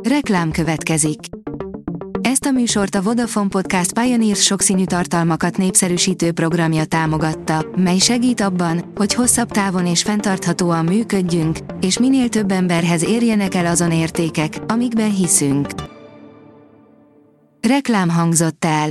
Reklám következik. Ezt a műsort a Vodafone Podcast Pioneers sokszínű tartalmakat népszerűsítő programja támogatta, mely segít abban, hogy hosszabb távon és fenntarthatóan működjünk, és minél több emberhez érjenek el azon értékek, amikben hiszünk. Reklám hangzott el.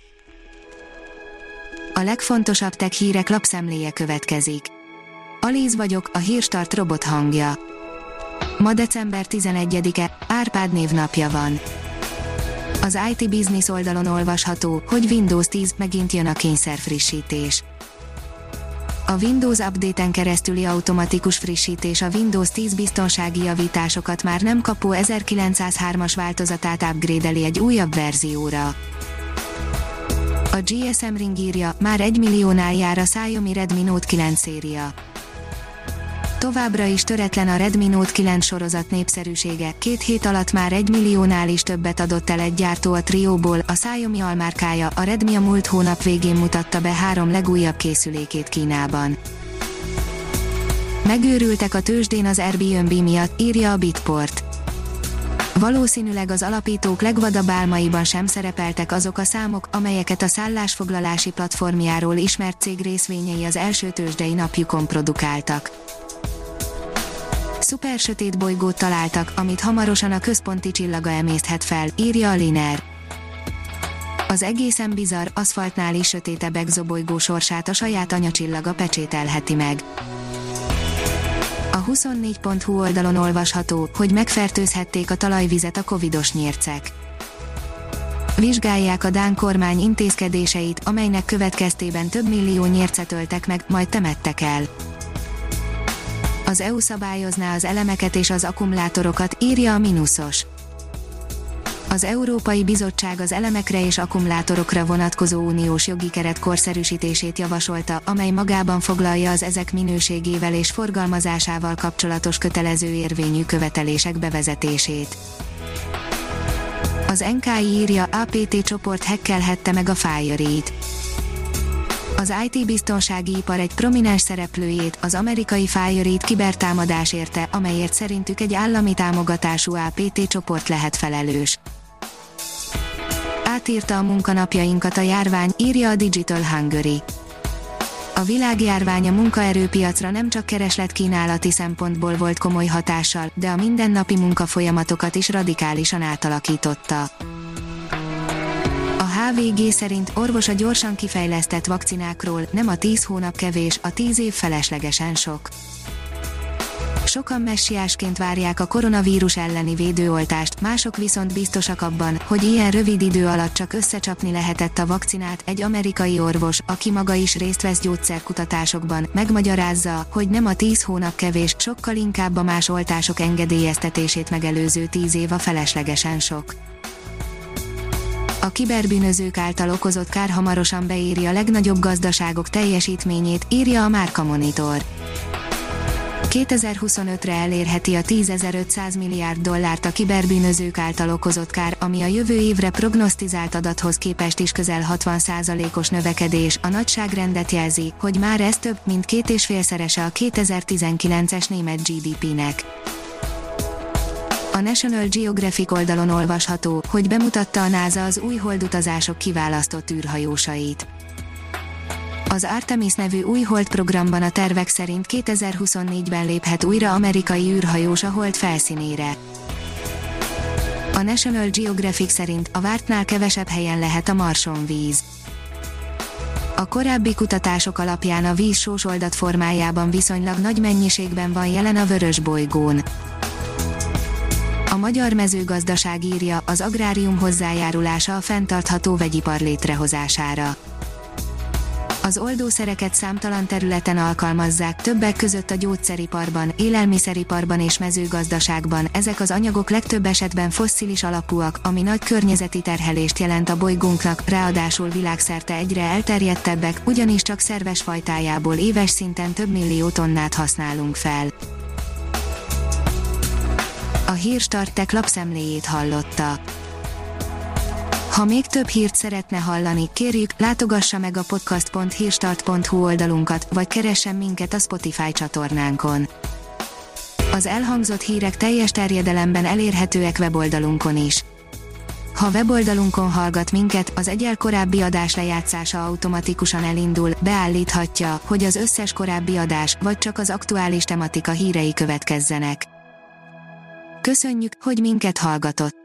A legfontosabb tech hírek lapszemléje következik. Alíz vagyok, a Hírstart robot hangja. Ma december 11-e, Árpád névnapja van. Az IT Business oldalon olvasható, hogy Windows 10 megint jön a kényszerfrissítés. A Windows Update-en keresztüli automatikus frissítés a Windows 10 biztonsági javításokat már nem kapó 1903-as változatát upgrade-eli egy újabb verzióra. A GSM Ring írja, már 1 milliónál jár a Xiaomi Redmi Note 9 széria. Továbbra is töretlen a Redmi Note 9 sorozat népszerűsége, 2 hét alatt már 1 milliónál is többet adott el egy gyártó a trióból, a Xiaomi almárkája, a Redmi a múlt hónap végén mutatta be 3 legújabb készülékét Kínában. Megőrültek a tőzsdén az Airbnb miatt, írja a Bitport. Valószínűleg az alapítók legvadabb álmaiban sem szerepeltek azok a számok, amelyeket a szállásfoglalási platformjáról ismert cég részvényei az első tőzsdei napjukon produkáltak. Szuper sötét bolygót találtak, amit hamarosan a központi csillaga emészthet fel, írja a Liner. Az egészen bizarr, aszfaltnál is sötétebb exobolygó sorsát a saját anyacsillaga pecsételheti meg. A 24.hu oldalon olvasható, hogy megfertőzhették a talajvizet a covidos nyércek. Vizsgálják a dán kormány intézkedéseit, amelynek következtében több millió nyércet öltek meg, majd temettek el. Az EU szabályozná az elemeket és az akkumulátorokat, írja a Minusos. Az Európai Bizottság az elemekre és akkumulátorokra vonatkozó uniós jogi keret korszerűsítését javasolta, amely magában foglalja az ezek minőségével és forgalmazásával kapcsolatos kötelező érvényű követelések bevezetését. Az NKI írja, APT csoport hackelhette meg a FireEye-t. Az IT-biztonsági ipar egy prominens szereplőjét, az amerikai FireEye-t kibertámadás érte, amelyért szerintük egy állami támogatású APT csoport lehet felelős. Átírta a munkanapjainkat a járvány, írja a Digital Hungary. A világjárvány a munkaerőpiacra nem csak kereslet-kínálati szempontból volt komoly hatással, de a mindennapi munkafolyamatokat is radikálisan átalakította. A HVG szerint orvos a gyorsan kifejlesztett vakcinákról, nem a 10 hónap kevés, a 10 év feleslegesen sok. Sokan messiásként várják a koronavírus elleni védőoltást, mások viszont biztosak abban, hogy ilyen rövid idő alatt csak összecsapni lehetett a vakcinát. Egy amerikai orvos, aki maga is részt vesz gyógyszerkutatásokban, megmagyarázza, hogy nem a 10 hónap kevés, sokkal inkább a más oltások engedélyeztetését megelőző 10 év a feleslegesen sok. A kiberbűnözők által okozott kár hamarosan beéri a legnagyobb gazdaságok teljesítményét, írja a Márka Monitor. 2025-re elérheti a 10.500 milliárd dollárt a kiberbűnözők által okozott kár, ami a jövő évre prognosztizált adathoz képest is közel 60%-os növekedés. A nagyságrendet jelzi, hogy már ez több, mint 2,5-szerese a 2019-es német GDP-nek. A National Geographic oldalon olvasható, hogy bemutatta a NASA az új holdutazások kiválasztott űrhajósait. Az Artemis nevű új hold programban a tervek szerint 2024-ben léphet újra amerikai űrhajós a hold felszínére. A National Geographic szerint a vártnál kevesebb helyen lehet a Marson víz. A korábbi kutatások alapján a víz sósoldat formájában viszonylag nagy mennyiségben van jelen a vörös bolygón. A Magyar Mezőgazdaság írja, az agrárium hozzájárulása a fenntartható vegyipar létrehozására. Az oldószereket számtalan területen alkalmazzák, többek között a gyógyszeriparban, élelmiszeriparban és mezőgazdaságban. Ezek az anyagok legtöbb esetben fosszilis alapúak, ami nagy környezeti terhelést jelent a bolygónknak, ráadásul világszerte egyre elterjedtebbek, ugyanis csak szerves fajtájából éves szinten több millió tonnát használunk fel. A Hírstart Tech lapszemléjét hallotta. Ha még több hírt szeretne hallani, kérjük, látogassa meg a podcast.hírstart.hu oldalunkat, vagy keressen minket a Spotify csatornánkon. Az elhangzott hírek teljes terjedelemben elérhetőek weboldalunkon is. Ha weboldalunkon hallgat minket, az egyel korábbi adás lejátszása automatikusan elindul, beállíthatja, hogy az összes korábbi adás, vagy csak az aktuális tematika hírei következzenek. Köszönjük, hogy minket hallgatott!